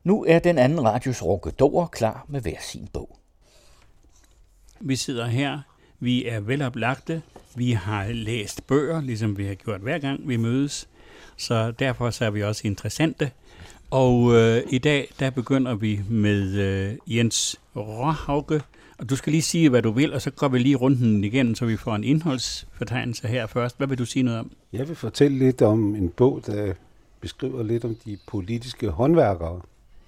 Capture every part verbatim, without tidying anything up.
Nu er den anden radios råkkedorer klar med hver sin bog. Vi sidder her, vi er veloplagte, vi har læst bøger, ligesom vi har gjort hver gang vi mødes, så derfor så er vi også interessante. Og øh, i dag, der begynder vi med øh, Jens Råhauke, og du skal lige sige, hvad du vil, og så går vi lige runden igennem, så vi får en indholdsfortegnelse her først. Hvad vil du sige noget om? Jeg vil fortælle lidt om en bog, der beskriver lidt om de politiske håndværkere.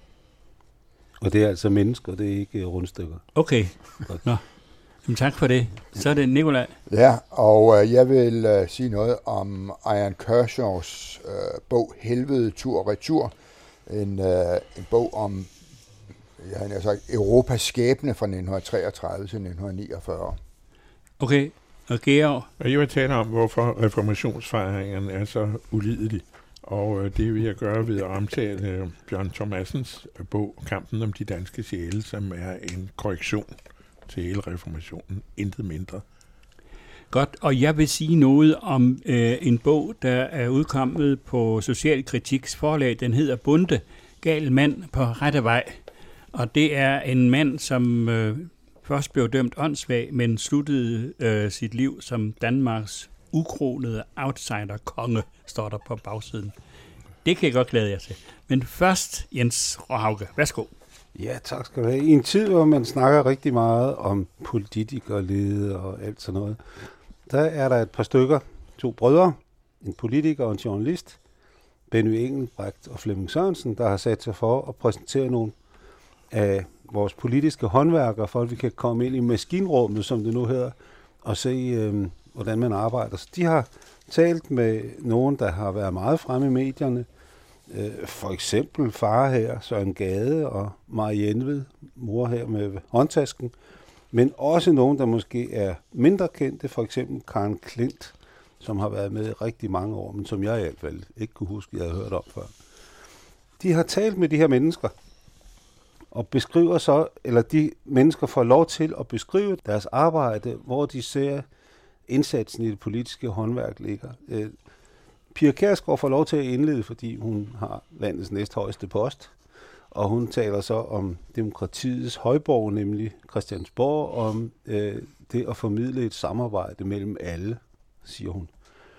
Og det er altså mennesker, det er ikke rundstykker. Okay, nå. Jamen, tak for det. Så er det Nikolaj. Ja, og øh, jeg vil øh, sige noget om Ian Kershaws øh, bog Helvede tur og retur. En, øh, en bog om jeg har sagt, Europas skæbne fra nitten treogtredive til nitten niogfyrre. Okay, og Georg? Og jeg vil tale om, hvorfor reformationsfejringen er så ulidelig. Og øh, det vil jeg gøre ved at omtale øh, Bjørn Thomassens bog Kampen om de danske sjæle, som er en korrektion til hele reformationen, intet mindre. Godt, og jeg vil sige noget om øh, en bog, der er udkommet på Socialkritiks forlag. Den hedder Bunde, gal mand på rette vej. Og det er en mand, som øh, først blev dømt åndssvag, men sluttede øh, sit liv som Danmarks ukronede outsider-konge, står der på bagsiden. Det kan jeg godt glæde jer til. Men først, Jens Råhauke, værsgo. Ja, tak skal du have. I en tid, hvor man snakker rigtig meget om politikerlede og alt sådan noget, der er der et par stykker, to brødre, en politiker og en journalist, Benny Engelbrecht og Flemming Sørensen, der har sat sig for at præsentere nogle af vores politiske håndværkere, for at vi kan komme ind i maskinrummet, som det nu hedder, og se, øh, hvordan man arbejder. Så de har talt med nogen, der har været meget fremme i medierne, øh, for eksempel far her, Søren Gade og Marianne Ved, mor her med håndtasken, men også nogen, der måske er mindre kendte, for eksempel Karen Klint, som har været med i rigtig mange år, men som jeg i hvert fald ikke kunne huske, jeg havde hørt om før. De har talt med de her mennesker, og beskriver så, eller de mennesker får lov til at beskrive deres arbejde, hvor de ser indsatsen i det politiske håndværk ligger. Øh, Pia Kjærsgaard får lov til at indlede, fordi hun har landets næsthøjeste post, og hun taler så om demokratiets højborg, nemlig Christiansborg, om øh, det at formidle et samarbejde mellem alle, siger hun.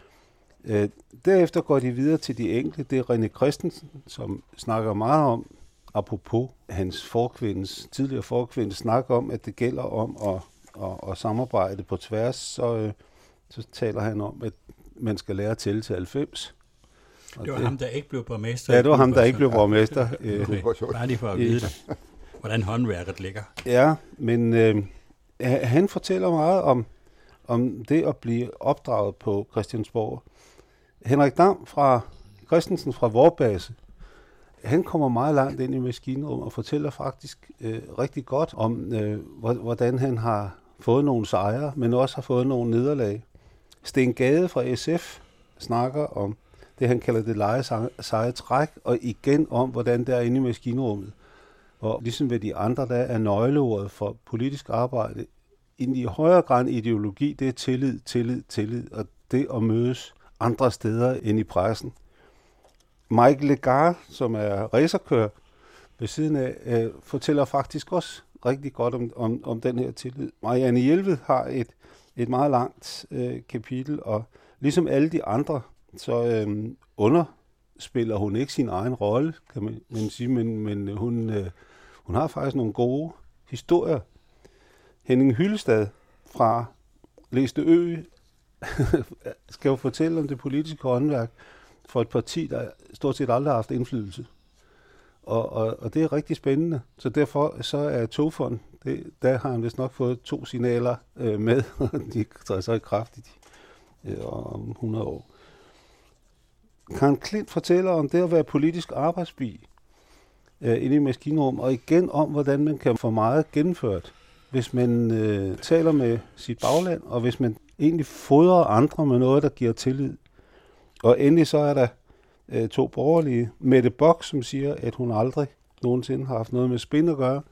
Øh, derefter går de videre til de enkelte. Det er René Christensen, som snakker meget om, apropos hans forkvindes, tidligere forkvindes snak om, at det gælder om at, at, at samarbejde på tværs, så, øh, så taler han om, at man skal lære at tælle til halvfems. Og det var det, ham, der ikke blev borgmester. Ja, det var ham, der ikke blev borgmester. Okay. Bare lige for at vide det, hvordan håndværket ligger. Ja, men øh, han fortæller meget om, om det at blive opdraget på Christiansborg. Henrik Dam fra Christensen fra Vorbase, han kommer meget langt ind i maskinrummet og fortæller faktisk øh, rigtig godt om, øh, hvordan han har fået nogle sejre, men også har fået nogle nederlag. Sten Gade fra S F snakker om det, han kalder det leje seje træk, og igen om, hvordan det er inde i maskinrummet. Og ligesom ved de andre, der er nøgleordet for politisk arbejde, i højere grad ideologi, det er tillid, tillid, tillid, og det at mødes andre steder end i pressen. Michael Legarth, som er racerkører ved siden af, øh, fortæller faktisk også rigtig godt om, om, om den her tillid. Marianne Jelved har et, et meget langt øh, kapitel, og ligesom alle de andre, så øh, underspiller hun ikke sin egen rolle, kan man, man sige, men, men hun, øh, hun har faktisk nogle gode historier. Henning Hyllestad fra Læste Ø skal jo fortælle om det politiske håndværk for et parti, der stort set aldrig har haft indflydelse. Og, og, og det er rigtig spændende. Så derfor så er Togfond, det, der har han vist nok fået to signaler øh, med, og de træder så i kraft i øh, om hundrede år. Karen Klint fortæller om det at være politisk arbejdsbi øh, inde i maskinrum, og igen om, hvordan man kan få meget gennemført, hvis man øh, taler med sit bagland, og hvis man egentlig fodrer andre med noget, der giver tillid. Og endelig så er der øh, to borgerlige. Mette Bock, som siger, at hun aldrig nogensinde har haft noget med spin at gøre,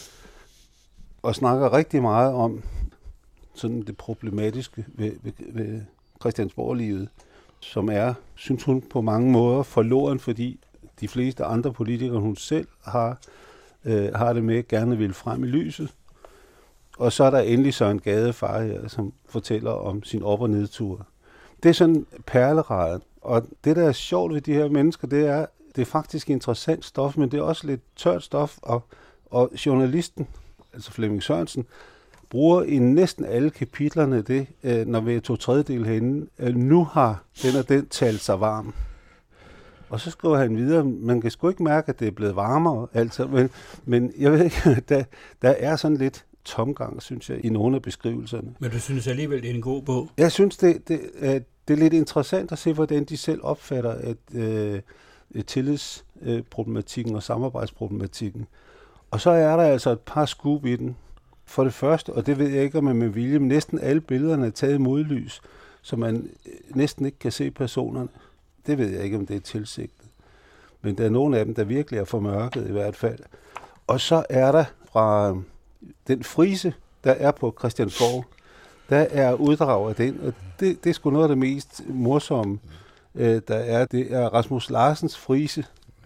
og snakker rigtig meget om sådan det problematiske ved, ved, ved Christiansborg-livet, som er, synes hun, på mange måder forloren, fordi de fleste andre politikere, hun selv har, øh, har det med, gerne vil frem i lyset. Og så er der endelig Søren Gadefar her, som fortæller om sin op- og nedtur. Det er sådan perleræden. Og det, der er sjovt ved de her mennesker, det er, det er faktisk interessant stof, men det er også lidt tørt stof. Og, og journalisten, altså Flemming Sørensen, bruger i næsten alle kapitlerne det, øh, når vi er to tredjedel herinde, øh, nu har den og den talt sig varm. Og så skriver han videre, man kan sgu ikke mærke, at det er blevet varmere, altså, men, men jeg ved ikke, der, der er sådan lidt tomgang, synes jeg, i nogle af beskrivelserne. Men du synes alligevel, det er en god bog? Jeg synes, det, det, det er lidt interessant at se, hvordan de selv opfatter at, øh, tillidsproblematikken og samarbejdsproblematikken. Og så er der altså et par skub i den. For det første, og det ved jeg ikke, om man med vilje, men næsten alle billederne er taget i modlys, så man næsten ikke kan se personerne. Det ved jeg ikke, om det er tilsigtet. Men der er nogle af dem, der virkelig er formørket i hvert fald. Og så er der fra den frise, der er på Christiansborg, der er uddrag af den, og det, det er sgu noget af det mest morsomme, øh, der er. Det er Rasmus Larsens frise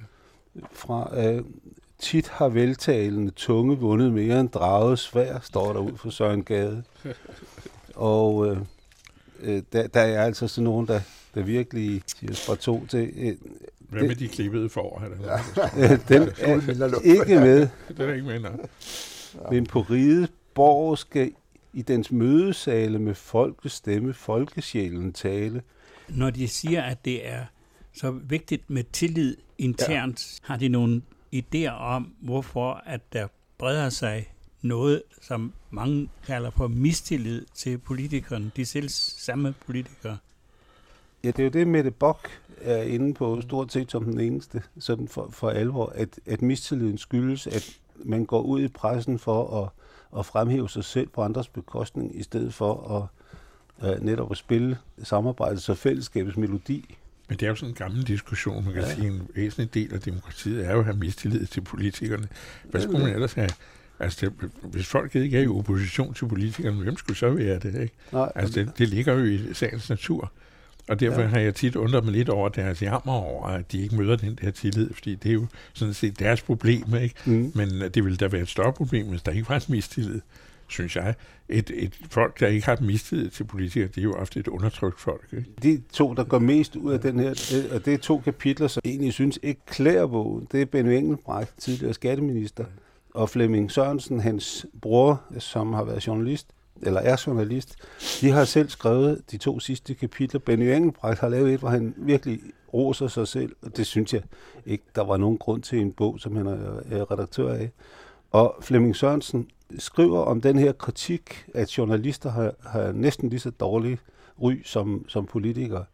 fra øh, tit har veltalende tunge vundet mere end draget svær, står der ud for Søren Gade. Og øh, øh, der, der er altså sådan nogen, der, der virkelig siger fra to til... Øh, Hvad med de klippede for? Øh, den er ikke med. Den er ikke med, nej. Men på riget borg skal i dens mødesale med folkets stemme folkesjælen tale. Når de siger, at det er så vigtigt med tillid internt, ja. Har de nogle idéer om, hvorfor at der breder sig noget, som mange kalder for mistillid til politikerne, de selv samme politikere? Ja, det er jo det, Mette Bock er inde på stort set som den eneste, sådan for, for alvor, at, at mistilliden skyldes, at man går ud i pressen for at, at fremhæve sig selv på andres bekostning, i stedet for at uh, netop at spille samarbejdet og fællesskabets melodi. Men det er jo sådan en gammel diskussion. Man kan ja. sige, en væsentlig del af demokratiet er jo at have mistillid til politikerne. Hvad skulle man ellers have? Altså, det, hvis folk ikke er i opposition til politikerne, hvem skulle så være det, ikke? Nej, altså, det, det ligger jo i sagens natur. Og derfor ja. har jeg tit undret mig lidt over deres jammer over, at de ikke møder den der tillid, fordi det er jo sådan set deres problem, ikke? Mm. Men det ville da være et større problem, hvis der ikke var en mistillid, synes jeg. Et, et folk, der ikke har mistillid til politikere, det er jo ofte et undertrykt folk, ikke? De to, der går mest ud af den her, det, og det er to kapitler, som egentlig synes ikke klæder bogen. Det er Benny Engelbrecht, tidligere skatteminister, og Flemming Sørensen, hans bror, som har været journalist, eller er journalist, de har selv skrevet de to sidste kapitler. Benny Engelbrecht har lavet et, hvor han virkelig roser sig selv, og det synes jeg ikke, der var nogen grund til en bog, som han er redaktør af. Og Flemming Sørensen skriver om den her kritik, at journalister har, har næsten lige så dårlig ry som, som politikere.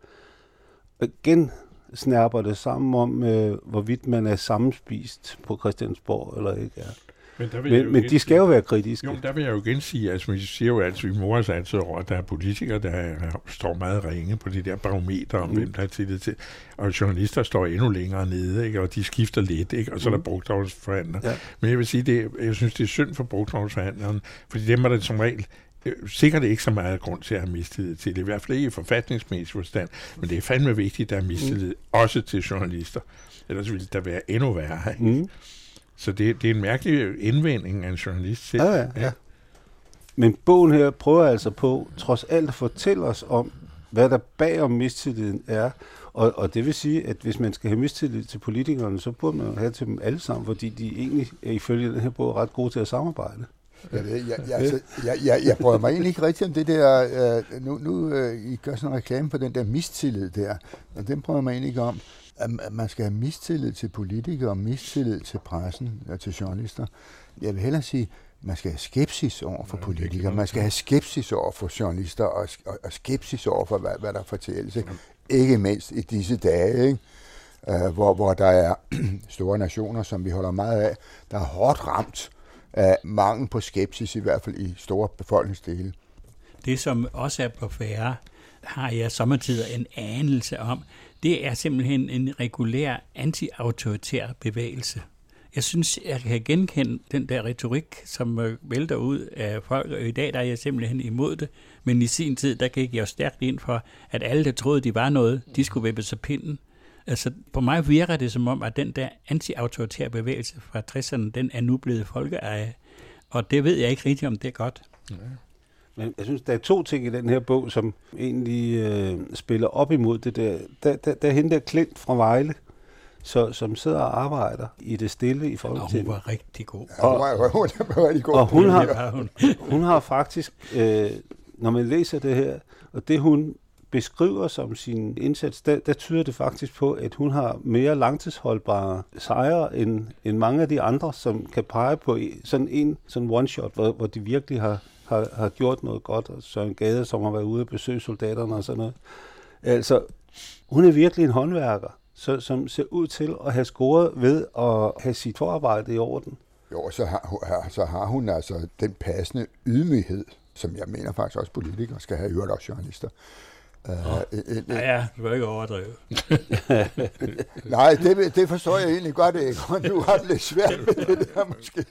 Igen snærper det sammen om, øh, hvorvidt man er sammenspist på Christiansborg eller ikke er. Men, men, men de skal jo være kritiske. Jo, der vil jeg jo igen sige, altså vi siger jo altid, vi morer os altid over, at der er politikere, der står meget ringe på de der barometer om, mm. hvem der er tillid til. Og journalister står endnu længere nede, ikke? Og de skifter lidt, ikke? Og så er der brugtvognsforhandlere. Ja. Men jeg vil sige, det, jeg synes, det er synd for brugtvognsforhandlerne, fordi dem er der som regel sikkert ikke så meget grund til at have mistillid til. Det er i hvert fald ikke i forfatningsmæssig forstand, men det er fandme vigtigt, at der er mistillid mm. også til journalister. Ellers ville der være endnu værre, ikke? Mm. Så det, det er en mærkelig indvending af en journalist selv. Ja, ja, ja. Men bogen her prøver altså på, trods alt at fortælle os om, hvad der bagom mistilliden er. Og, og det vil sige, at hvis man skal have mistillid til politikerne, så burde man jo have til dem alle sammen, fordi de egentlig er ifølge den her bog ret gode til at samarbejde. Jeg, ved, jeg, jeg, altså, jeg, jeg, jeg prøver mig egentlig ikke rigtig om det der, øh, nu, nu øh, I gør sådan en reklame på den der mistillid der, og den prøver mig egentlig ikke om, at man skal have mistillid til politikere og mistillid til pressen og til journalister. Jeg vil hellere sige, at man skal have skepsis over for politikere, man skal have skepsis over for journalister og, og, og skepsis over for, hvad, hvad der fortælles. Ikke, ikke mindst i disse dage, ikke? Uh, hvor, hvor der er store nationer, som vi holder meget af, der er hårdt ramt af mangel på skepsis, i hvert fald i store befolkningsdele. Det, som også er på færre, har jeg samtidig en anelse om, det er simpelthen en regulær anti-autoritær bevægelse. Jeg synes, jeg kan genkende den der retorik, som vælter ud af folk, og i dag der er jeg simpelthen imod det, men i sin tid, der gik jeg jo stærkt ind for, at alle, der troede, de var noget, de skulle vippe sig pinden. Altså, på mig virker det som om, at den der anti-autoritære bevægelse fra tresserne, den er nu blevet folkeeje. Og det ved jeg ikke rigtig, om det er godt. Ja. Men jeg synes, der er to ting i den her bog, som egentlig øh, spiller op imod det der. Der, der, der er hende der Klint fra Vejle, så, som sidder og arbejder i det stille i Folketinget. Og hun var rigtig god. Ja, hun var, hun var rigtig god. Og hun Det har, var hun. hun har faktisk, øh, når man læser det her, og det hun beskriver som sin indsats, der, der tyder det faktisk på, at hun har mere langtidsholdbare sejre end, end mange af de andre, som kan pege på sådan en sådan one-shot, hvor, hvor de virkelig har, har, har gjort noget godt. Og Søren Gade, som har været ude og besøge soldaterne og sådan noget. Altså, hun er virkelig en håndværker, så, som ser ud til at have scoret ved at have sit forarbejde i orden. Jo, så har, så har hun altså den passende ydmyghed, som jeg mener faktisk også politikere skal have, hørt også journalister. Oh. Uh, en, en, ja, ja, du vil ikke overdrive. Nej, det, det forstår jeg egentlig godt ikke, og du har det lidt svært med det der måske.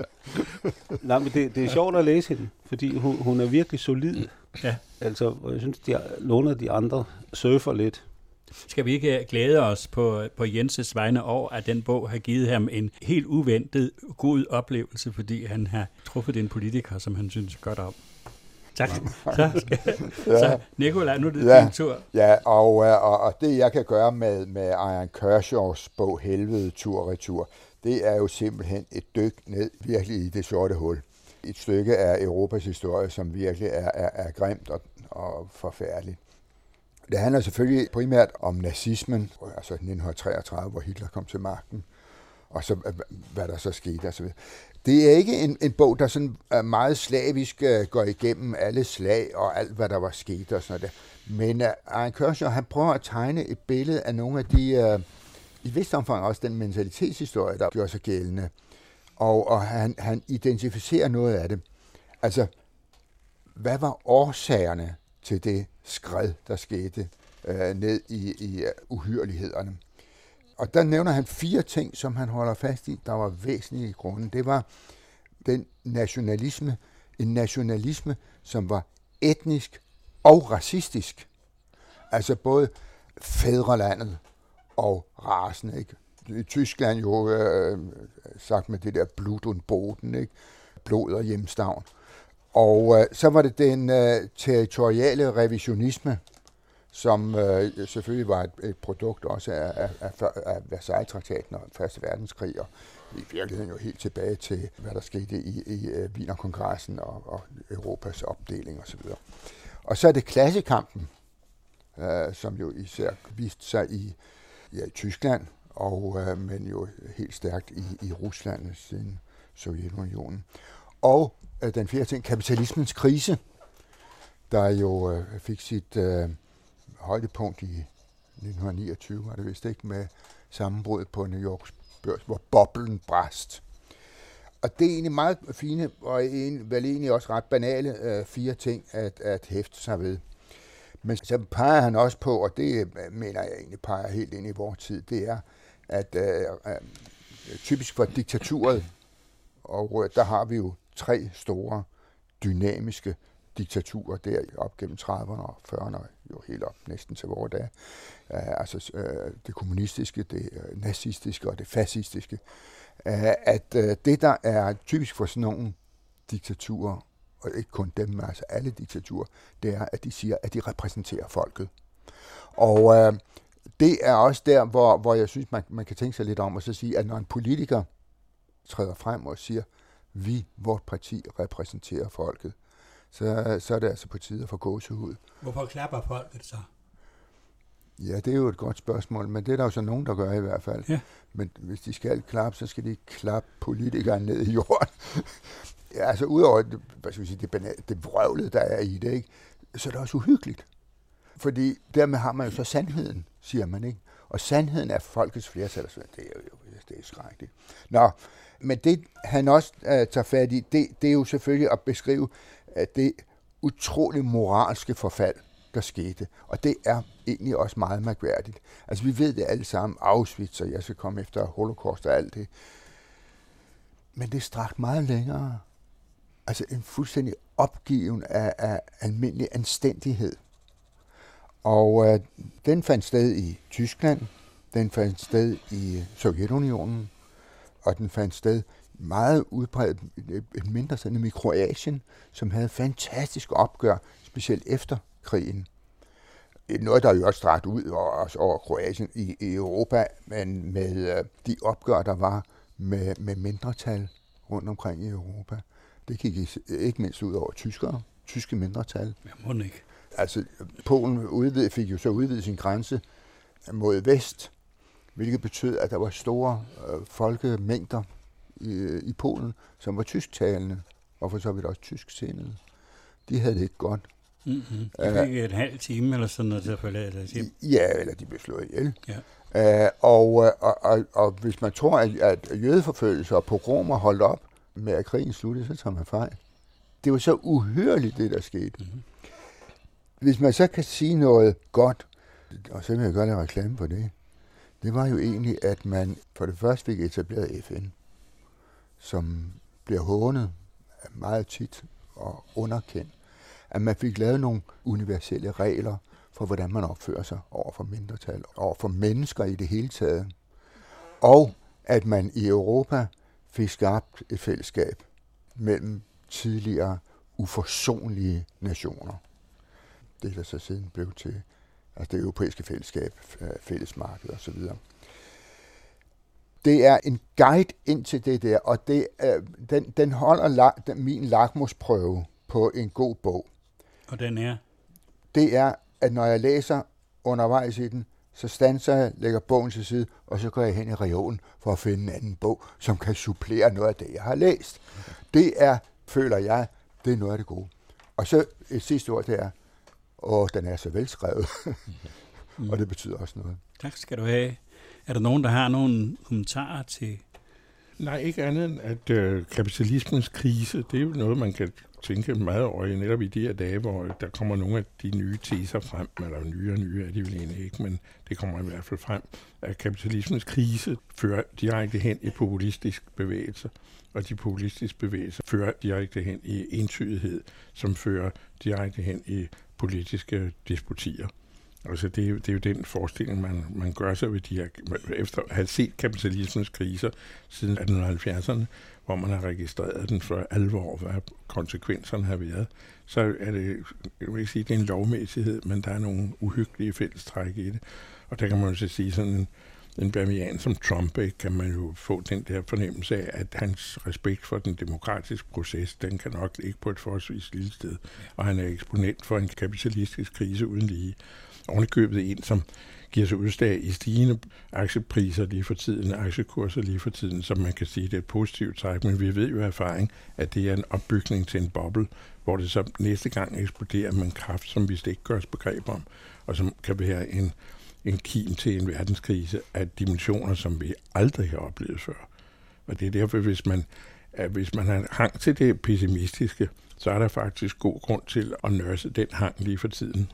Nej, men det, det er sjovt at læse hende, fordi hun, hun er virkelig solid. Ja. Altså, jeg synes, de låner de andre surfer lidt. Skal vi ikke glæde os på, på Jenses vegne over, at den bog har givet ham en helt uventet god oplevelse, fordi han har truffet en politiker, som han synes godt om. Tak. Så, skal, ja. så Nikolaj, nu er det ja. din tur. Ja, og, og, og det jeg kan gøre med, med Ian Kershaws bog Helvede tur og retur, det er jo simpelthen et dyk ned virkelig i det sorte hul. Et stykke af Europas historie, som virkelig er, er, er grimt og, og forfærdeligt. Det handler selvfølgelig primært om nazismen, altså nitten treogtredive, hvor Hitler kom til magten, og så hvad der så skete. Altså. Det er ikke en, en bog, der sådan er meget slavisk uh, går igennem alle slag og alt, hvad der var sket og sådan noget. Men uh, Ian Kershaw, han prøver at tegne et billede af nogle af de, uh, i vist omfang også den mentalitetshistorie, der gjorde sig gældende. Og, og han, han identificerer noget af det. Altså, hvad var årsagerne til det skred, der skete uh, ned i, i uh, uhyrlighederne? Og der nævner han fire ting, som han holder fast i, der var væsentlige grunde. Det var den nationalisme, en nationalisme, som var etnisk og racistisk. Altså både fædrelandet og rasen, ikke? I Tyskland jo øh, sagt med det der Blut und Boden, ikke? Blod og hjemstavn. Og øh, så var det den øh, territoriale revisionisme, som øh, selvfølgelig var et, et produkt også af, af, af Versailles-traktaten og første verdenskrig, og i virkeligheden jo helt tilbage til, hvad der skete i, i uh, Wienerkongressen og, og Europas opdeling osv. Og så er det klassekampen, øh, som jo især viste sig i, ja, i Tyskland, og, øh, men jo helt stærkt i, i Rusland siden Sovjetunionen. Og øh, den fjerde ting, kapitalismens krise, der jo øh, fik sit øh, højdepunkt i nitten niogtyve, var det vist ikke, med sammenbrud på New Yorks børs, hvor boblen brast. Og det er egentlig meget fine, og en, vel egentlig også ret banale øh, fire ting at, at hæfte sig ved. Men så peger han også på, og det mener jeg egentlig peger helt ind i vores tid, det er, at øh, øh, typisk for diktaturet, og øh, der har vi jo tre store dynamiske diktaturer der op gennem trediverne og fyrrerne, jo helt op næsten til vores dage. Uh, altså uh, det kommunistiske, det uh, nazistiske og det fascistiske. Uh, at uh, det, der er typisk for sådan nogle diktaturer, og ikke kun dem, men altså alle diktaturer, det er, at de siger, at de repræsenterer folket. Og uh, det er også der, hvor, hvor jeg synes, man, man kan tænke sig lidt om, og så sige, at når en politiker træder frem og siger, vi, vort parti, repræsenterer folket, Så, så er det altså på tide at få gåsehud. Hvorfor klapper folket så? Ja, det er jo et godt spørgsmål, men det er der jo så nogen, der gør i hvert fald. Ja. Men hvis de skal klappe, så skal de klappe politikere ned i jorden. Ja, altså udover det, hvad skal vi sige, det, det vrøvlede, der er i det, ikke, så er det også uhyggeligt. Fordi dermed har man jo så sandheden, siger man, ikke? Og sandheden er folkets flertal, så det er jo det er skrækkeligt. Nå, men det han også uh, tager fat i, det, det er jo selvfølgelig at beskrive at det utrolig moralske forfald, der skete. Og det er egentlig også meget mærkværdigt. Altså, vi ved det alle sammen, Auschwitz, og jeg skal komme efter Holocaust og alt det. Men det strakt meget længere. Altså, en fuldstændig opgiven af, af almindelig anstændighed. Og øh, den fandt sted i Tyskland, Den fandt sted i Sovjetunionen, og den fandt sted meget udbredt et mindre sådan i Kroatien, som havde fantastisk opgør, specielt efter krigen. Noget, der jo også strækt ud over, over Kroatien i, i Europa, men med de opgør, der var med, med mindretal rundt omkring i Europa. Det gik ikke mindst ud over tyskere, tyske mindretal. Jeg må ikke. Altså, Polen udvid, fik jo så udvidet sin grænse mod vest, hvilket betød, at der var store øh, folkemængder i, i Polen, som var tysktalende, og for så vidt også tysksindede. De havde det ikke godt. Mm-hmm. De fik uh, en halv time eller sådan noget til at forlade deres hjem. Ja, eller de blev slået ihjel. Ja. Uh, og, og, og, og hvis man tror, at, at jødeforfølgelser og pogromer holdt op med at krigen sluttede, så tager man fejl. Det var så uhyrligt, det der skete. Mm-hmm. Hvis man så kan sige noget godt, og så vil jeg gøre lidt reklame på det, det var jo egentlig, at man for det første fik etableret F N, som bliver hånet meget tit og underkendt. At man fik lavet nogle universelle regler for, hvordan man opfører sig over for mindretal, over for mennesker i det hele taget. Og at man i Europa fik skabt et fællesskab mellem tidligere uforsonlige nationer. Det der så siden blev til altså det europæiske fællesskab, fællesmarked og så videre. Det er en guide ind til det der, og det er, den, den holder la, den, min lakmusprøve på en god bog. Og den er? Det er, at når jeg læser undervejs i den, så standser jeg, lægger bogen til side, og så går jeg hen i reolen for at finde en anden bog, som kan supplere noget af det, jeg har læst. Okay. Det er, føler jeg, det er noget af det gode. Og så et sidste ord, det er, og den er så velskrevet, mm. og det betyder også noget. Tak skal du have. Er der nogen, der har nogle kommentarer til? Nej, ikke andet end, at øh, kapitalismens krise, det er jo noget, man kan tænke meget over i netop i de her dage, hvor der kommer nogle af de nye teser frem, eller nye og nye er de vel egentlig ikke, men det kommer i hvert fald frem, at kapitalismens krise fører direkte hen i populistisk bevægelse, og de populistiske bevægelser fører direkte hen i entydighed, som fører direkte hen i politiske disputier. Altså det, er, det er jo den forestilling, man, man gør sig ved de her, efter at have set kapitalismens kriser siden atten halvfjerdserne, hvor man har registreret den for alvor, hvad konsekvenserne har været, så er det, jeg vil ikke sige, det er en lovmæssighed, men der er nogle uhyggelige fællestræk i det. Og der kan man jo så sige, sådan en, en bamian som Trump, ikke, kan man jo få den der fornemmelse af, at hans respekt for den demokratiske proces, den kan nok ligge på et forholdsvis lille sted, og han er eksponent for en kapitalistisk krise uden lige. Ovenikøbet en, som giver sig udslag i stigende aktiepriser lige for tiden, aktiekurser lige for tiden, som man kan sige, det er et positivt træk, men vi ved jo af erfaring, at det er en opbygning til en boble, hvor det så næste gang eksploderer med en kraft, som vi slet ikke gør os begreb om, og som kan være en, en kim til en verdenskrise af dimensioner, som vi aldrig har oplevet før. Og det er derfor, hvis man, at hvis man har hang til det pessimistiske, så er der faktisk god grund til at nørse den hang lige for tiden.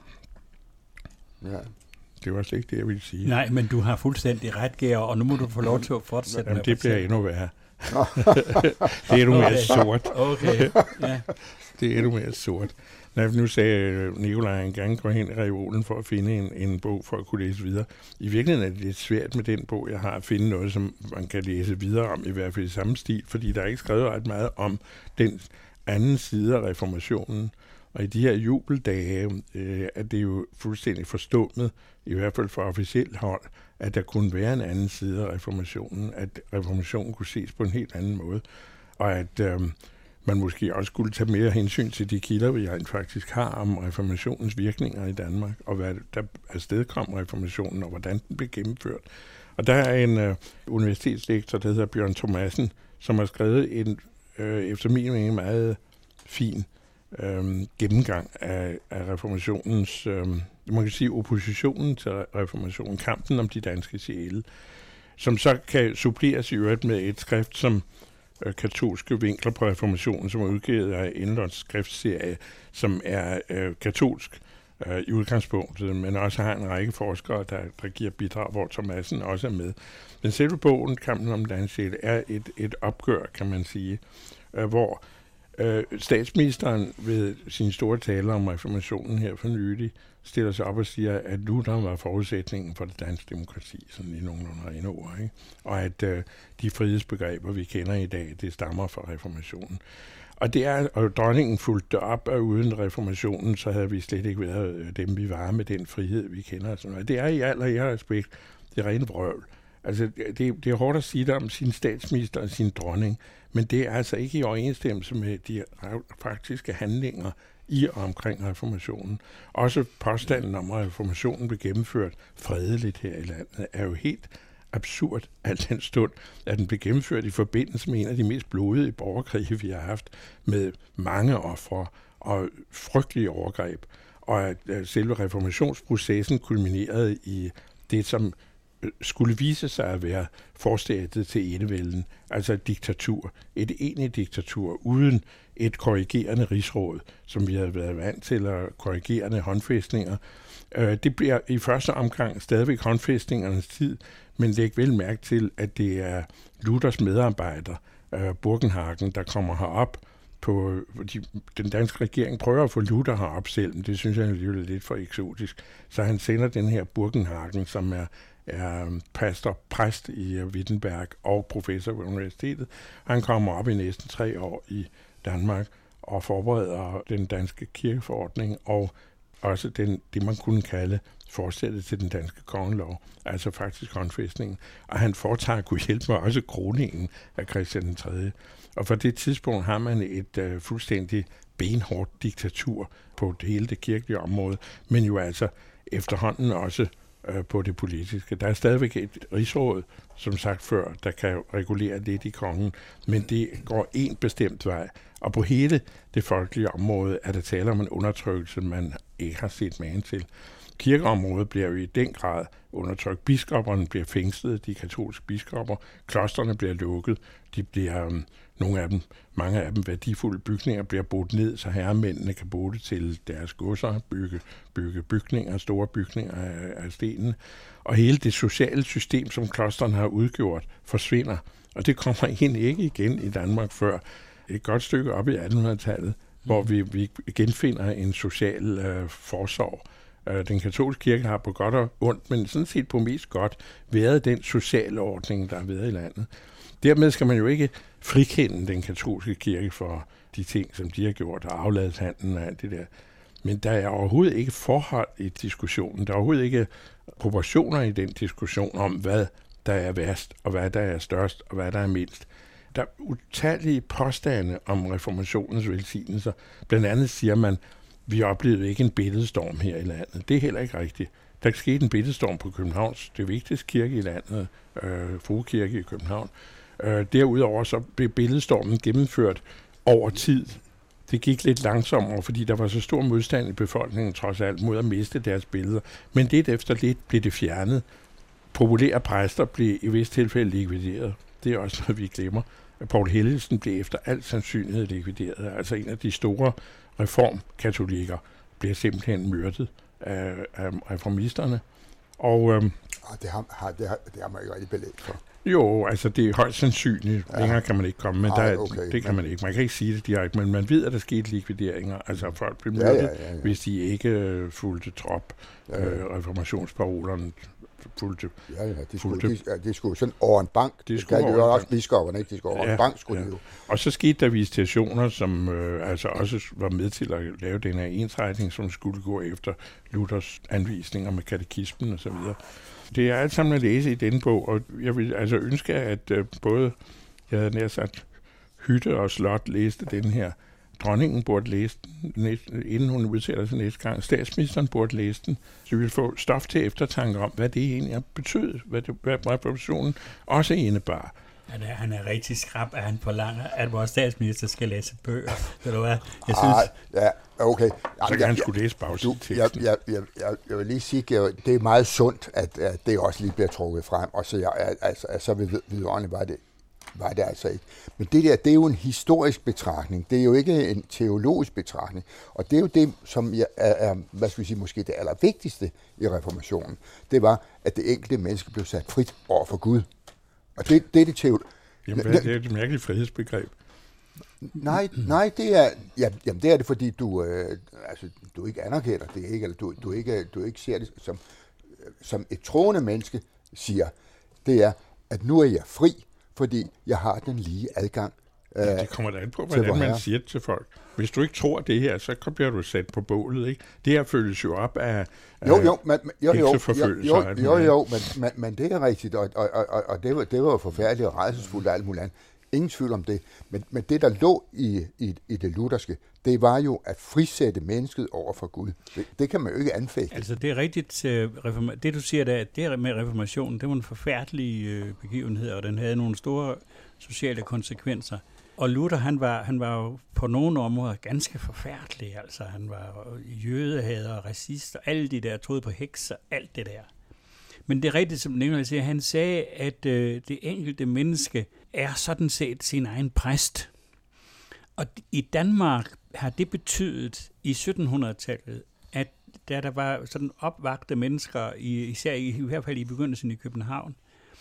Ja. Det var slet ikke det, jeg ville sige. Nej, men du har fuldstændig ret, Georg, og nu må du få lov til at fortsætte. Jamen, det bliver endnu værre. Det er endnu mere sort. Okay, ja. Det er endnu mere sort. Når nu sagde Nikolaj, at han gerne går hen i reolen for at finde en, en bog, for at kunne læse videre. I virkeligheden er det lidt svært med den bog, jeg har, at finde noget, som man kan læse videre om, i hvert fald i samme stil, fordi der er ikke skrevet ret meget om den anden side af reformationen. Og i de her jubeldage øh, er det jo fuldstændig forstummet, i hvert fald fra officielt hold, at der kunne være en anden side af reformationen, at reformationen kunne ses på en helt anden måde, og at øh, man måske også skulle tage mere hensyn til de kilder, vi rent faktisk har om reformationens virkninger i Danmark, og hvad der afstedkom reformationen, og hvordan den blev gennemført. Og der er en øh, universitetslektor, der hedder Bjørn Thomassen, som har skrevet en, øh, efter min mening, meget fin Øhm, gennemgang af, af reformationens, øhm, man kan sige oppositionen til reformationen, kampen om de danske sjæle, som så kan suppleres i øvrigt med et skrift som øh, katolske vinkler på reformationen, som er udgivet af Enlunds skriftserie, som er øh, katolsk øh, i udgangspunktet, men også har en række forskere, der, der giver bidrag, hvor Thomassen også er med. Men selve bogen, kampen om danske sjæle, er et, et opgør, kan man sige, øh, hvor Øh, statsministeren ved sin store tale om reformationen her for nylig stiller sig op og siger, at Luther var forudsætningen for det danske demokrati, sådan i nogenlunde rene ord, ikke? Og at øh, de frihedsbegreber, vi kender i dag, det stammer fra reformationen. Og det er, og dronningen fulgte op, og uden reformationen, så havde vi slet ikke været dem, vi var med den frihed, vi kender. Og sådan noget. Det er i al og i respekt, det er rene vrøvl. Altså, det, det er hårdt at sige det om sin statsminister og sin dronning, men det er altså ikke i overensstemmelse med de faktiske handlinger i og omkring reformationen. Også påstanden om, at reformationen blev gennemført fredeligt her i landet, er jo helt absurd, al den stund, at den blev gennemført i forbindelse med en af de mest blodige borgerkrige, vi har haft, med mange ofre og frygtelige overgreb, og at selve reformationsprocessen kulminerede i det, som skulle vise sig at være forstadiet til enevælden, altså et diktatur, et egentligt diktatur, uden et korrigerende rigsråd, som vi havde været vant til, og korrigerende håndfæstninger. Det bliver i første omgang stadigvæk håndfæstningernes tid, men læg vel mærke til, at det er Luthers medarbejder, Burgenhagen, der kommer herop på, fordi den danske regering prøver at få Luther herop selv, men det synes jeg alligevel er lidt for eksotisk. Så han sender den her Burgenhagen, som er er pastor, præst i Wittenberg og professor ved universitetet. Han kommer op i næsten tre år i Danmark og forbereder den danske kirkeforordning og også den, det, man kunne kalde forsættet til den danske kongelov, altså faktisk håndfæstningen. Og han foretager, kunne hjælpe mig, også kroningen af Christian den tredje. Og for det tidspunkt har man et uh, fuldstændig benhårdt diktatur på det hele det kirkelige område, men jo altså efterhånden også på det politiske. Der er stadigvæk et rigsråd, som sagt før, der kan regulere lidt i kongen, men det går en bestemt vej. Og på hele det folkelige område er der tale om en undertrykkelse, man ikke har set magen til. Kirkeområdet bliver jo i den grad undertrykt. Biskopperne bliver fængslet, de katolske biskopper. Klosterne bliver lukket. De bliver, um, nogle af dem, mange af dem værdifulde bygninger bliver brudt ned, så herremændene kan bruge det til deres godser, bygge, bygge bygninger, store bygninger af, af stenen. Og hele det sociale system, som klosterne har udgjort, forsvinder. Og det kommer egentlig ikke igen i Danmark før et godt stykke op i attenhundredetallet, hvor vi, vi genfinder en social øh, forsorg. Den katolske kirke har på godt og ondt, men sådan set på mest godt, været den sociale ordning, der har været i landet. Dermed skal man jo ikke frikende den katolske kirke for de ting, som de har gjort, og afladshandlen og alt det der. Men der er overhovedet ikke forhold i diskussionen. Der er overhovedet ikke proportioner i den diskussion om, hvad der er værst, og hvad der er størst, og hvad der er mindst. Der er utallige påstande om reformationens velsignelser. Blandt andet siger man, vi oplevede ikke en billedstorm her i landet. Det er heller ikke rigtigt. Der skete en billedstorm på Københavns, det vigtigste kirke i landet, øh, Frue Kirke i København. Øh, derudover så blev billedstormen gennemført over tid. Det gik lidt langsommere, fordi der var så stor modstand i befolkningen trods alt mod at miste deres billeder. Men lidt efter lidt blev det fjernet. Populære præster blev i vist tilfælde likvideret. Det er også noget, vi glemmer. Poul Helligsen blev efter al sandsynlighed likvideret. Altså en af de store reformkatolikker bliver simpelthen myrdet af, af reformisterne. Og, øhm, det, har, det, har, det har man ikke rigtig belæg for. Jo, altså det er højst sandsynligt. Ja. Længere kan man ikke komme, men Ej, der, okay, det kan men... man ikke. Man kan ikke sige det direkte, men man ved, at der skete likvideringer. Altså folk blev myrdet, ja, ja, ja, ja. hvis de ikke fulgte trop. Ja, ja. Øh, reformationsparolerne fulgte. Ja, ja, de skulle, fulgte. De, ja, de skulle sådan over en bank. De skulle det jo også biskopperne, ikke? De skulle over ja, en bank, skulle ja. de jo. Og så skete der visitationer, som øh, altså også var med til at lave den her ensretning, som skulle gå efter Luthers anvisninger med katekismen og så videre. Det er alt sammen at læse i denne bog, og jeg vil altså ønske, at øh, både, jeg havde nær sagt, Hytte og Slot læste den her. Dronningen burde læse den, inden hun udtaler sig næste gang. Statsministeren burde læse den, så vi vil få stof til eftertanke om, hvad det egentlig betød, hvad, det, hvad revolutionen også indebar. Han er, han er rigtig skrab, at han forlanger, at vores statsminister skal læse bøger. Ved du hvad? Jeg synes... Ah, ja, okay. Så kan jeg, han skulle læse bagsideteksten. Jeg, jeg, jeg, jeg, jeg vil lige sige, at det er meget sundt, at, at det også lige bliver trukket frem, og så, jeg, altså, så ved vidunderligt var det. var det altså ikke. Men det der, det er jo en historisk betragtning. Det er jo ikke en teologisk betragtning. Og det er jo det, som er, er hvad skal vi sige, måske det allervigtigste i reformationen. Det var, at det enkelte menneske blev sat frit over for Gud. Og det, det er det teologiske. Jamen, hvad er det et mærkeligt frihedsbegreb? Nej, nej, det er, ja, jamen det er det, fordi du, øh, altså, du ikke anerkender det, ikke? Eller du, du, ikke, du ikke ser det som, som et troende menneske siger. Det er, at nu er jeg fri, fordi jeg har den lige adgang. Øh, ja, det kommer da an på, hvordan man siger det til folk. Hvis du ikke tror det her, så bliver du sat på bålet, ikke? Det her følges jo op af, af jo, jo, men, jo, jo, hekseforfølgelser. Jo, jo, jo, jo, men, men, men det er rigtigt, og, og, og, og det, var, det var jo forfærdeligt og rædselsfuldt og alt muligt andet. Ingen tvivl om det. Men, men det, der lå i, i, i det lutherske, det var jo at frisætte mennesket over for Gud. Det, det kan man jo ikke anfægte. Altså, det er rigtigt. Det, du siger der, det med reformationen, det var en forfærdelig begivenhed, og den havde nogle store sociale konsekvenser. Og Luther, han var, han var jo på nogle områder ganske forfærdelig. Altså, han var jødehader og racist, og alle de der troede på heks og alt det der. Men det er rigtigt, som Nikolaj siger, han sagde, at øh, det enkelte menneske er sådan set sin egen præst. Og i Danmark har det betydet i syttenhundredetallet, at da der var sådan opvagte mennesker, især i, i hvert fald i begyndelsen i København,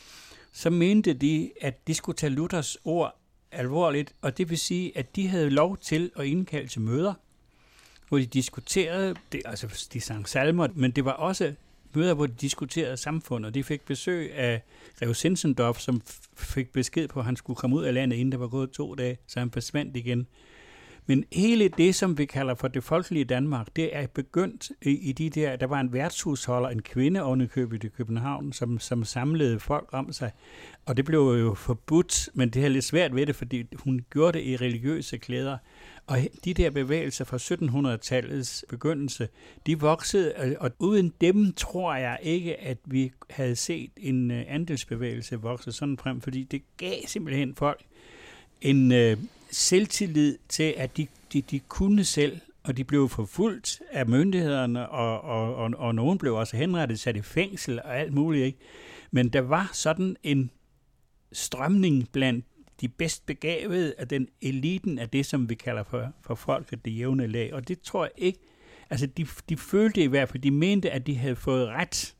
så mente de, at de skulle tage Luthers ord alvorligt, og det vil sige, at de havde lov til at indkalde til møder, hvor de diskuterede, det, altså de sang salmer, men det var også møder, hvor de diskuterede samfundet, og de fik besøg af Grev Zinzendorf, som fik besked på, at han skulle komme ud af landet, inden der var gået to dage, så han forsvandt igen. Men hele det, som vi kalder for det folkelige Danmark, det er begyndt i, i de der, der var en værtshusholder, en kvinde ovenikøbet i København, som, som samlede folk om sig, og det blev jo forbudt, men det er lidt svært ved det, fordi hun gjorde det i religiøse klæder. Og de der bevægelser fra syttenhundredetallets begyndelse, de voksede, og uden dem tror jeg ikke, at vi havde set en andelsbevægelse vokse sådan frem, fordi det gav simpelthen folk en øh, selvtillid til, at de, de, de kunne selv, og de blev forfulgt af myndighederne, og, og, og, og nogen blev også henrettet, sat i fængsel og alt muligt, ikke? Men der var sådan en strømning blandt de bedst begavede af den eliten af det, som vi kalder for, for folket, det jævne lag. Og det tror jeg ikke, altså de, de følte i hvert fald, de mente, at de havde fået ret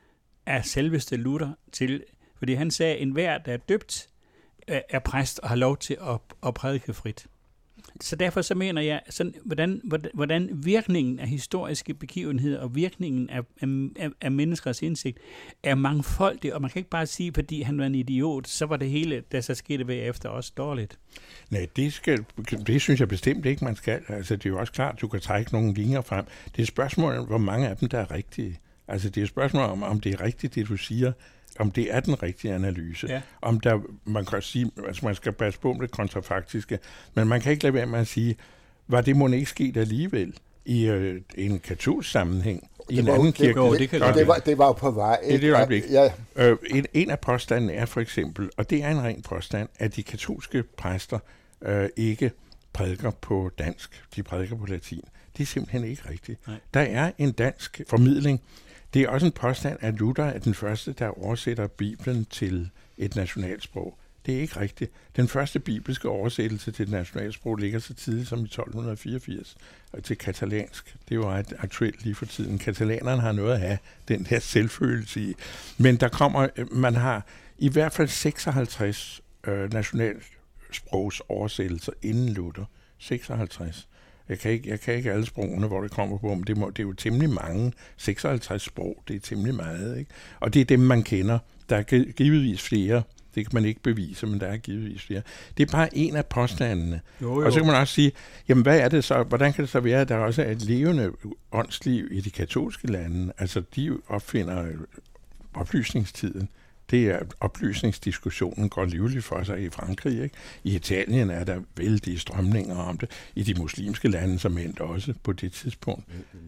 af selveste Luther til, fordi han sagde, at enhver, der er døbt, er præst og har lov til at, at prædike frit. Så derfor så mener jeg, sådan, hvordan, hvordan virkningen af historiske begivenheder og virkningen af, af, af menneskers indsigt er mangfoldig, og man kan ikke bare sige, fordi han var en idiot, så var det hele, der så skete bagefter, også dårligt. Nej, det, skal, det synes jeg bestemt ikke, man skal. Altså, det er jo også klart, at du kan trække nogle linjer frem. Det er et spørgsmål om, hvor mange af dem, der er rigtige. Altså, det er et spørgsmål om, om det er rigtigt, det du siger, om det er den rigtige analyse. Ja. Om der, man kan sige, altså man skal passe på med det kontrafaktiske, men man kan ikke lade være med at sige, var det må ikke sket alligevel i øh, en katolsk sammenhæng, i en anden kirke. Det, det, det, det, var, det var jo på vej. Det er det øjeblik. Ja. Øh, en, en af påstandene er for eksempel, og det er en ren påstand, at de katolske præster øh, ikke prædiker på dansk, de prædiker på latin. Det er simpelthen ikke rigtigt. Nej. Der er en dansk formidling. Det er også en påstand, at Luther er den første, der oversætter Bibelen til et nationalsprog. Det er ikke rigtigt. Den første bibelske oversættelse til et nationalsprog ligger så tidligt som i tolv fireogfirs til katalansk. Det er jo ret aktuelt lige for tiden. Katalanerne har noget at have den der selvfølelse i. Men der kommer, man har i hvert fald seksoghalvtreds øh, nationalsprogs oversættelser inden Luther. seksoghalvtreds. Jeg kan ikke, jeg kan ikke alle sprogene, hvor det kommer på, men det, må, det er jo temmelig mange. seksoghalvtreds sprog, det er temmelig meget, ikke? Og det er dem, man kender. Der er givetvis flere. Det kan man ikke bevise, men der er givetvis flere. Det er bare en af påstandene. Jo, jo. Og så kan man også sige, jamen hvad er det så? Hvordan kan det så være, at der også er et levende åndsliv i de katolske lande? Altså, de opfinder oplysningstiden. Det er, oplysningsdiskussionen går livligt for sig i Frankrig, ikke? I Italien er der vældige strømninger om det. I de muslimske lande, som endte også på det tidspunkt.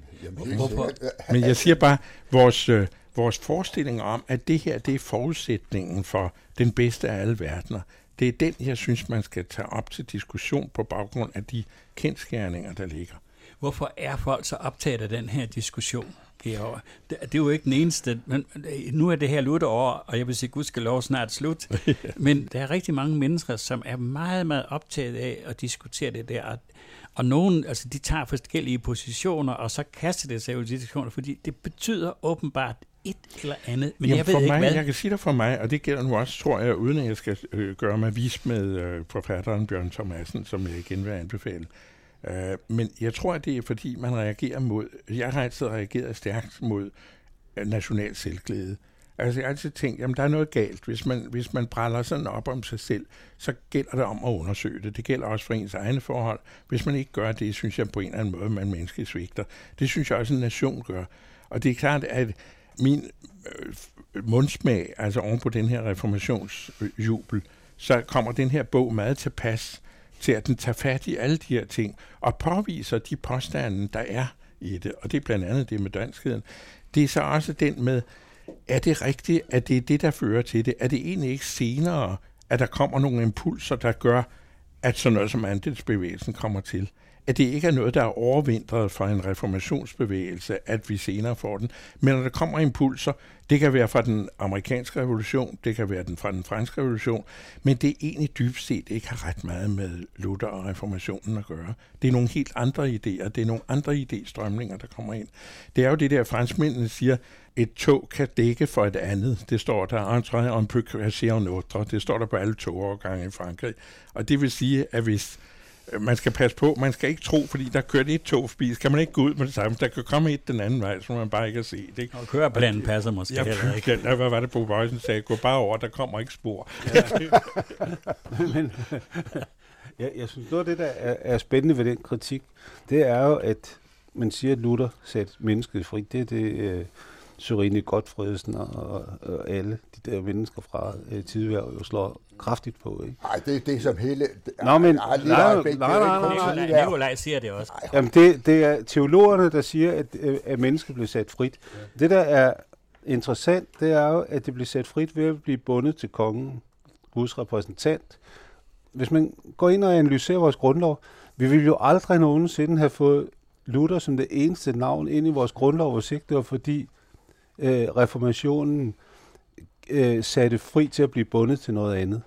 Men jeg siger bare, vores, øh, vores forestilling om, at det her, det er forudsætningen for den bedste af alle verdener, det er den, jeg synes, man skal tage op til diskussion på baggrund af de kendsgerninger, der ligger. Hvorfor er folk så optaget af den her diskussion? Det er jo ikke den eneste, men nu er det her Luther-år, og jeg vil sige, Gud skal lov snart slut. Men der er rigtig mange mennesker, som er meget, meget optaget af at diskutere det der. Og nogen, altså de tager forskellige positioner, og så kaster det sig jo i diskussioner, fordi det betyder åbenbart et eller andet, men Jamen, jeg ved for ikke mig, hvad. Jeg kan sige dig for mig, og det gælder nu også, tror jeg, uden at jeg skal øh, gøre mig vis med øh, forfatteren Bjørn Thomassen, som jeg igen vil anbefale. Uh, men jeg tror, at det er fordi, man reagerer mod, jeg har altid reageret stærkt mod uh, national selvglæde. Altså jeg har altid tænkt, jamen der er noget galt. Hvis man, hvis man brænder sådan op om sig selv, så gælder det om at undersøge det. Det gælder også for ens egne forhold. Hvis man ikke gør det, synes jeg på en eller anden måde, man menneskeligt svigter. Det synes jeg også en nation gør. Og det er klart, at min øh, mundsmag, altså oven på den her reformationsjubel, så kommer den her bog meget tilpas til, at den tager fat i alle de her ting, og påviser de påstande, der er i det. Og det er blandt andet det med danskheden. Det er så også den med, er det rigtigt, at det er det, der fører til det? Er det egentlig ikke senere, at der kommer nogle impulser, der gør, at sådan noget som andelsbevægelsen kommer til? At det ikke er noget, der er overvintret for en reformationsbevægelse, at vi senere får den. Men når der kommer impulser, det kan være fra den amerikanske revolution, det kan være den fra den franske revolution, men det er egentlig dybt set ikke har ret meget med Luther og reformationen at gøre. Det er nogle helt andre idéer, det er nogle andre idéstrømninger, der kommer ind. Det er jo det der, franskmændene siger, et tog kan dække for et andet. Det står der, entre on peut casser en autre. Det står der på alle togovergange i Frankrig. Og det vil sige, at hvis man skal passe på, man skal ikke tro, fordi der kører et tog forbi, skal man ikke gå ud med det samme. Der kan komme et den anden vej, så man bare ikke har set. Ikke? Og køreplanen passer måske ja, heller ikke. Der, hvad var det, Bo Bøjsen sagde? Gå bare over, der kommer ikke spor. Ja. Men jeg, jeg synes, noget af det, der er, er spændende ved den kritik, det er jo, at man siger, at Luther satte mennesket fri. Det er det, uh, Sørine Godfredsen og, og, og alle de der mennesker fra uh, Tidehverv jo slår kraftigt på, ikke? Nej, det er det, som hele... Nå, men... Nej, nej, nej, nej, nej. Nikolaj siger det også. Jamen, det, det er teologerne, der siger, at, at mennesket blev sat frit. Ja. Det, der er interessant, det er jo, at det blev sat frit ved at blive bundet til kongen, Guds repræsentant. Hvis man går ind og analyserer vores grundlov, vi ville jo aldrig nogensinde have fået Luther som det eneste navn ind i vores grundlov, hvis ikke det var fordi øh, reformationen øh, satte fri til at blive bundet til noget andet.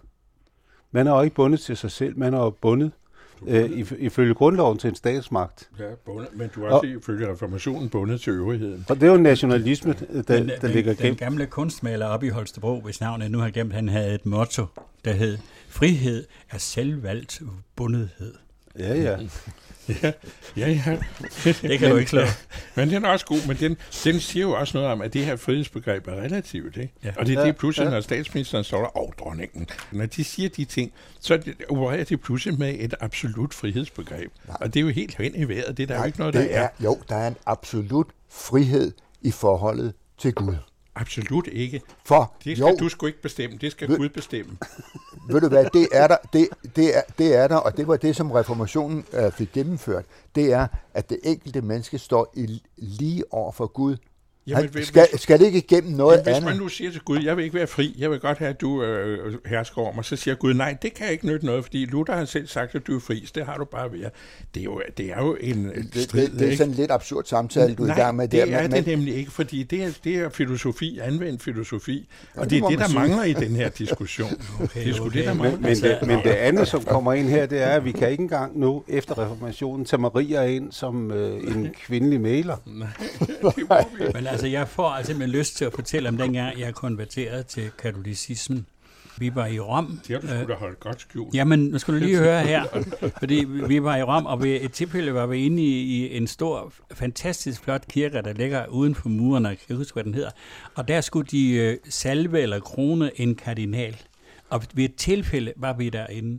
Man er jo ikke bundet til sig selv, man er jo bundet øh, ifølge grundloven til en statsmagt. Ja, bundet, men du er også og, ifølge reformationen bundet til øvrigheden. Og det er jo nationalisme, der, men, der den, ligger gennem. Den gamle kunstmaler oppe i Holstebro, hvis navnet nu har glemt, han havde et motto, der hed, frihed er selvvalgt bundethed. Ja, ja. Ja, ja, ja. Det kan du ikke slå. Men den er også god, men den, den siger jo også noget om, at det her frihedsbegreb er relativt, ikke? Ja. Og det er det pludselig, når statsministeren står der, åh, dronningen. Når de siger de ting, så det, opererer de pludselig med et absolut frihedsbegreb. Nej. Og det er jo helt hen i vejret. Det er der Nej, jo ikke noget, der er. er. Jo, der er en absolut frihed i forholdet til Gud. Absolut ikke. For, det skal jo, du sgu ikke bestemme, det skal ved, Gud bestemme. Ved du hvad, det er der, det, det, er, det er der, og det var det, som reformationen øh, fik gennemført. Det er, at det enkelte menneske står i, lige over for Gud. Jamen, Han, skal, hvis, skal det ikke igennem noget hvis andet? Hvis man nu siger til Gud, jeg vil ikke være fri, jeg vil godt have, at du øh, hersker over mig, så siger Gud, nej, det kan jeg ikke nytte noget, fordi Luther har selv sagt, at du er fri, så det har du bare været. Det er jo, det er jo en det, strid, det, det er sådan en lidt absurd samtale, du er i gang med. Nej, det der, er men, det nemlig ikke, fordi det er, det er filosofi, anvendt filosofi, og ja, det, det er det, der sige. mangler i den her diskussion. Okay, det er sgu okay. det, der mangler. Men, men, det, men det andet, som kommer ind her, det er, at vi kan ikke engang nu, efter reformationen, tage Maria ind som øh, en kvindelig mailer. Nej, det må vi. Men altså, jeg får altså simpelthen lyst til at fortælle om dengang, jeg konverterede til katolicismen. Vi var i Rom. Det har du sgu da holdt godt skjult. Jamen, nu skal du lige høre her. Fordi vi var i Rom, og ved et tilfælde var vi inde i, i en stor, fantastisk flot kirke, der ligger uden for murene. Jeg kan ikke huske, hvad den hedder. Og der skulle de øh, salve eller krone en kardinal. Og ved et tilfælde var vi derinde.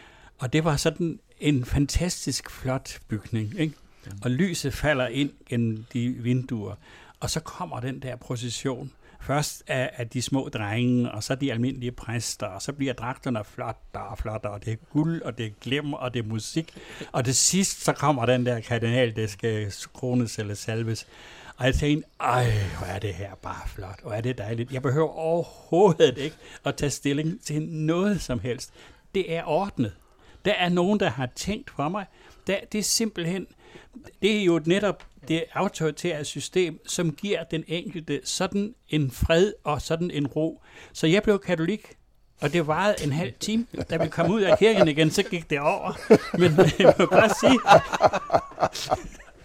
Og det var sådan en fantastisk flot bygning, ikke? Og lyset falder ind gennem de vinduer. Og så kommer den der procession. Først af, af de små drenge, og så de almindelige præster, og så bliver dragterne flottere og flottere, og det er guld, og det er glimmer, og det er musik. Og til sidst, så kommer den der kardinal, der skal krones eller salves. Og jeg tænkte, ej, hvor er det her bare flot, og er det dejligt. Jeg behøver overhovedet ikke at tage stilling til noget som helst. Det er ordnet. Der er nogen, der har tænkt for mig. Der, det er simpelthen, det er jo netop det autoritære system, som giver den enkelte sådan en fred og sådan en ro. Så jeg blev katolik, og det varede en halv time. Da vi kom ud af kirken igen, så gik det over. Men jeg må bare sige,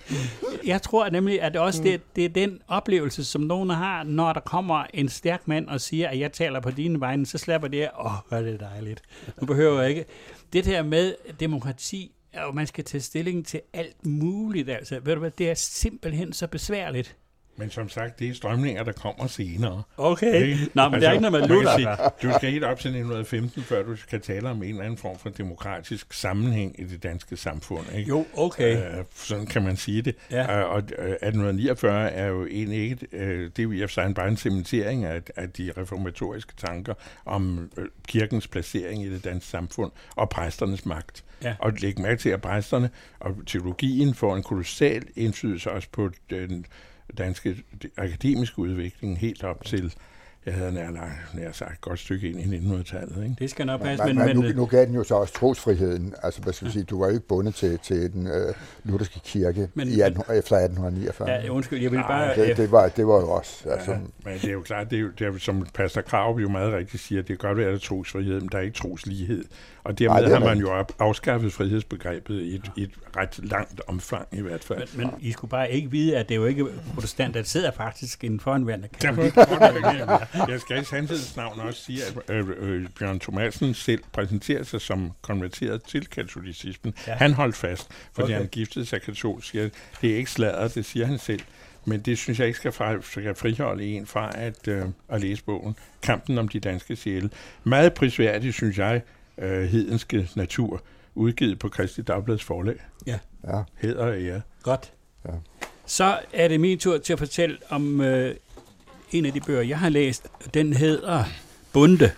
Jeg tror nemlig, at det også det, det er den oplevelse, som nogen har, når der kommer en stærk mand og siger, at jeg taler på dine vegne, så slapper det af, åh, oh, hvor er det dejligt. Nu behøver jeg ikke. Det der med demokrati, og man skal tage stilling til alt muligt, altså, ved du hvad, det er simpelthen så besværligt. Men som sagt, det er strømninger, der kommer senere. Okay. Ikke? Nå, men altså, det er ikke noget med Luther. Du skal helt op til nitten femten, før du skal tale om en eller anden form for demokratisk sammenhæng i det danske samfund. Ikke? Jo, okay. Uh, sådan kan man sige det. Ja. Uh, og atten niogfyrre er jo egentlig ikke, uh, det er jo i og for sig bare en cementering af, af de reformatoriske tanker om uh, kirkens placering i det danske samfund og præsternes magt. Ja. Og læg mærke til, at præsterne og teologien får en kolossal indflydelse også på den danske akademiske udvikling helt op til, jeg havde nær, nær sagt, et godt stykke ind i nittenhundredetallet. Ikke? Det skal nok passe. Men, men, men nu, nu gav den jo så også trosfriheden. Altså, hvad skal ja. sige, du var jo ikke bundet til, til den øh, lutherske kirke men, i atten, efter atten niogfyrre. Ja, undskyld, jeg vil bare... Det, det, var, det var jo også... Altså, ja, men det er jo klart, det er jo, det er, som Pastor Krav jo meget rigtigt siger, det kan godt være, at der er trosfrihed, men der er ikke troslighed. Og dermed Ej, har man jo afskaffet frihedsbegrebet i et, i et ret langt omfang i hvert fald. Men, men I skulle bare ikke vide, at det er jo ikke protestant, der sidder faktisk en foranværende katolik. Jeg skal i sandhedens navn også sige, at øh, øh, Bjørn Thomasen selv præsenterer sig som konverteret til katolicismen. Ja. Han holdt fast, fordi okay. han giftede sig katolsk. Det er ikke sladder, det siger han selv. Men det synes jeg ikke skal, fra, skal friholde en fra at, øh, at læse bogen. Kampen om de danske sjæle. Meget prisværdigt, synes jeg, øh, hedenske natur, udgivet på Kristi Dagblads forlag. Ja. Ja. Heder og ære. Godt. Ja. Så er det min tur til at fortælle om øh, en af de bøger, jeg har læst. Den hedder Bonde.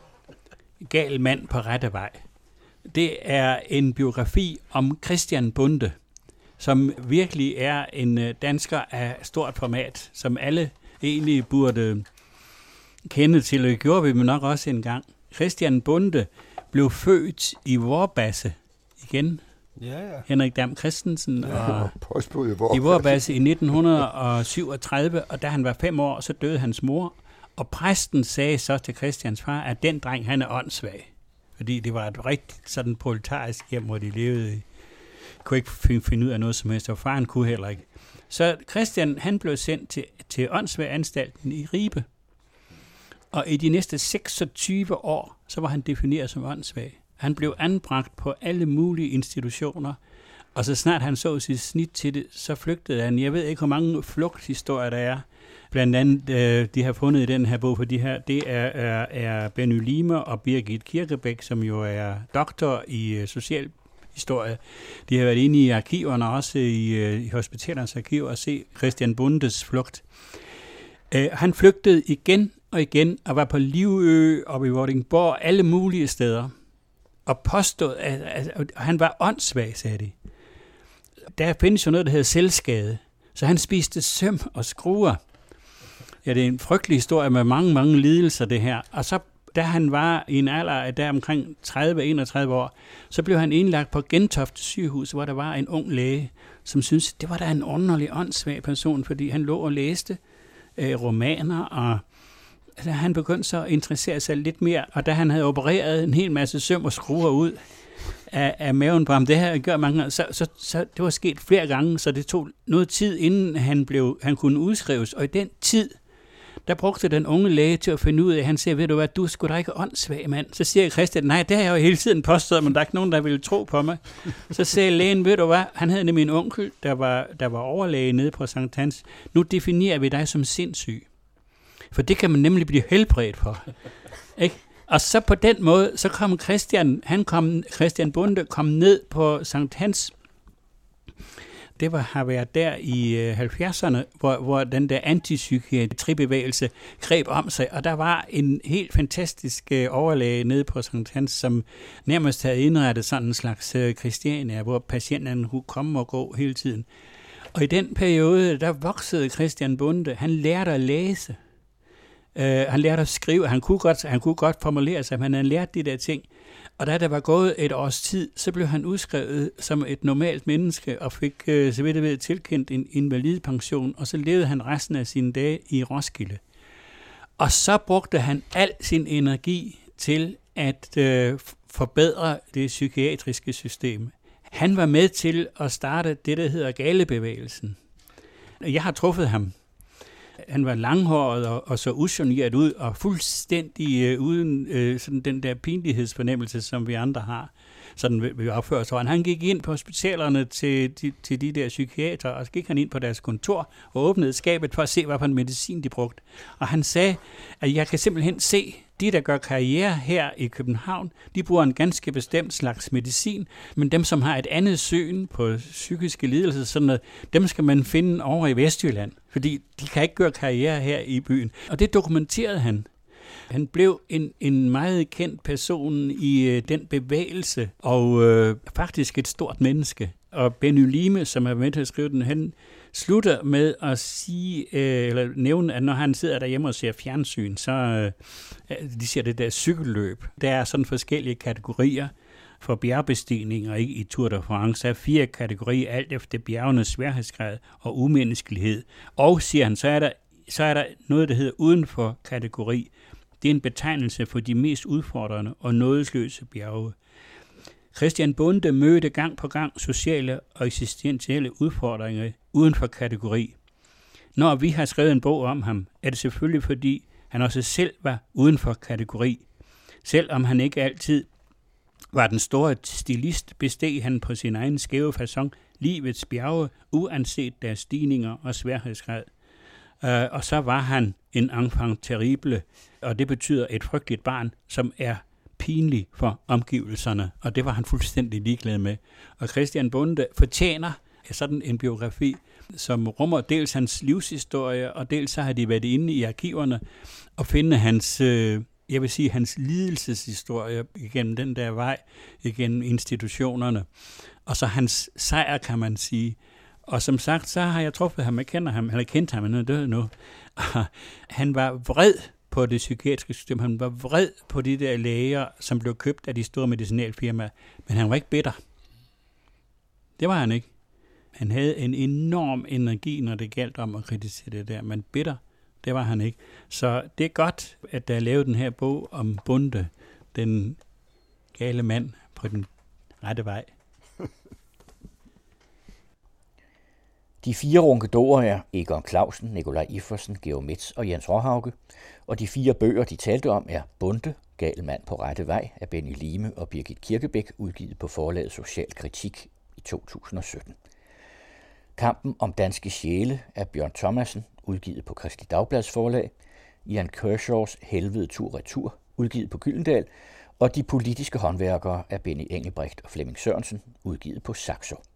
Gal mand på rette vej. Det er en biografi om Christian Bonde, som virkelig er en dansker af stort format, som alle egentlig burde kende til, og det gjorde vi nok også en gang. Christian Bonde blev født i Vorbasse igen. Ja, ja. Henrik Dam Christensen og ja, i Vorbasse i nitten syvogtredive, og da han var fem år, så døde hans mor, og præsten sagde så til Christians far, at den dreng, han er åndssvag, fordi det var et rigtig sådan proletarisk hjem, hvor de levede i. Kunne ikke finde ud af noget som helst, og faren kunne heller ikke. Så Christian, han blev sendt til, til åndssvaganstalten i Ribe, og i de næste seksogtyve år, så var han defineret som åndssvag. Han blev anbragt på alle mulige institutioner, og så snart han så sit snit til det, så flygtede han. Jeg ved ikke, hvor mange flugthistorier der er. Blandt andet, øh, de har fundet i den her bog, for de her, det er, er, er Benny Lime og Birgit Kirkebæk, som jo er doktor i øh, social historie. De har været inde i arkiverne, også i, øh, i hospitalernes arkiv, og se Christian Bondes flugt. Øh, han flygtede igen og igen, og var på Livø og i Vordingborg, alle mulige steder, og påstod, at, at, at han var åndssvag, sagde de. Der findes jo noget, der hedder selvskade, så han spiste søm og skruer. Ja, det er en frygtelig historie med mange, mange lidelser, det her. Og så, da han var i en alder af der omkring tredive til enogtredive år, så blev han indlagt på Gentofte sygehus, hvor der var en ung læge, som syntes, det var da en underlig, åndssvag person, fordi han lå og læste øh, romaner, og altså, han begyndte så at interessere sig lidt mere, og da han havde opereret en hel masse søm og skruer ud af, af maven på ham, det her gør mange, så, så, så det var sket flere gange, så det tog noget tid, inden han, blev, han kunne udskrives, og i den tid, der brugte den unge læge til at finde ud af, han siger, ved du hvad, du er sgu da ikke åndssvag, mand. Så siger Christian, nej, det har jeg jo hele tiden påstået, men der er ikke nogen, der ville tro på mig. Så sagde lægen, ved du hvad, han havde nemlig en onkel, der var, der var overlæge nede på Sankt Hans. Nu definerer vi dig som sindssyg. For det kan man nemlig blive helbredt for. Ikke? Og så på den måde, så kom Christian, han kom, Christian Bonde kom ned på Sankt Hans. Det var, har været der i øh, halvfjerdserne, hvor, hvor den der antipsykiatribevægelse greb om sig, og der var en helt fantastisk øh, overlæge nede på Sankt Hans, som nærmest havde indrettet sådan en slags øh, Christiania, hvor patienterne kunne komme og gå hele tiden. Og i den periode, der voksede Christian Bonde. Han lærte at læse. Uh, han lærte at skrive. Han kunne godt, han kunne godt formulere sig, men han lærte de der ting. Og da der var gået et års tid, så blev han udskrevet som et normalt menneske og fik, uh, så vidt jeg ved, tilkendt en invalidpension, og så levede han resten af sine dage i Roskilde. Og så brugte han al sin energi til at uh, forbedre det psykiatriske system. Han var med til at starte det, der hedder Galebevægelsen. Jeg har truffet ham. Han var langhåret og, og så ugeneret ud, og fuldstændig øh, uden øh, sådan den der pinlighedsfornemmelse, som vi andre har. Sådan vi opfører sig. Han gik ind på hospitalerne til de, til de der psykiater, og så gik han ind på deres kontor og åbnede skabet for at se, hvad for en medicin de brugte. Og han sagde, at jeg kan simpelthen se, de, der gør karriere her i København, de bruger en ganske bestemt slags medicin, men dem, som har et andet syn på psykiske lidelser, sådan noget, dem skal man finde over i Vestjylland, fordi de kan ikke gøre karriere her i byen. Og det dokumenterede han. Han blev en, en meget kendt person i øh, den bevægelse, og øh, faktisk et stort menneske. Og Benny Lime, som er med til at skrive den, han slutter med at sige, øh, eller nævne, at når han sidder derhjemme og ser fjernsyn, så øh, de ser det der cykelløb. Der er sådan forskellige kategorier for bjergbestigninger, ikke i Tour de France. Der er fire kategorier, alt efter bjergenes sværhedsgrad og umenneskelighed. Og, siger han, så er der, så er der noget, der hedder uden for kategori. Det er en betegnelse for de mest udfordrende og nådesløse bjerge. Christian Bonde mødte gang på gang sociale og eksistentielle udfordringer uden for kategori. Når vi har skrevet en bog om ham, er det selvfølgelig fordi, han også selv var uden for kategori. Selvom han ikke altid var den store stilist, besteg han på sin egen skæve facon livets bjerge, uanset deres stigninger og sværhedsgrad. Uh, og så var han en enfant terrible, og det betyder et frygteligt barn, som er pinlig for omgivelserne, og det var han fuldstændig ligeglad med. Og Christian Bonde fortjener sådan en biografi, som rummer dels hans livshistorie, og dels så har de været inde i arkiverne og finde hans, øh, jeg vil sige, hans lidelseshistorie igennem den der vej, igennem institutionerne, og så hans sejr, kan man sige. Og som sagt, så har jeg truffet ham, jeg kender ham, eller kendt ham, han er død nu. Og han var vred på det psykiatriske system, han var vred på de der læger, som blev købt af de store medicinalfirmaer, men han var ikke bitter. Det var han ikke. Han havde en enorm energi, når det galt om at kritisere det der, men bitter, det var han ikke. Så det er godt, at der er lavet den her bog om Bonde, den gale mand på den rette vej. De fire runkedorer er Egon Clausen, Nikolaj Iffersen, Georg Metz og Jens Råhauke, og de fire bøger, de talte om, er Bonde, Gal mand på rette vej af Benny Lime og Birgit Kirkebæk, udgivet på forlaget Social Kritik i to tusind og sytten. Kampen om danske sjæle af Bjørn Thomassen, udgivet på Kristeligt Dagblads forlag, Ian Kershaws Helvede tur-retur, udgivet på Gyldendal, og De politiske håndværkere af Benny Engelbrecht og Flemming Sørensen, udgivet på Saxo.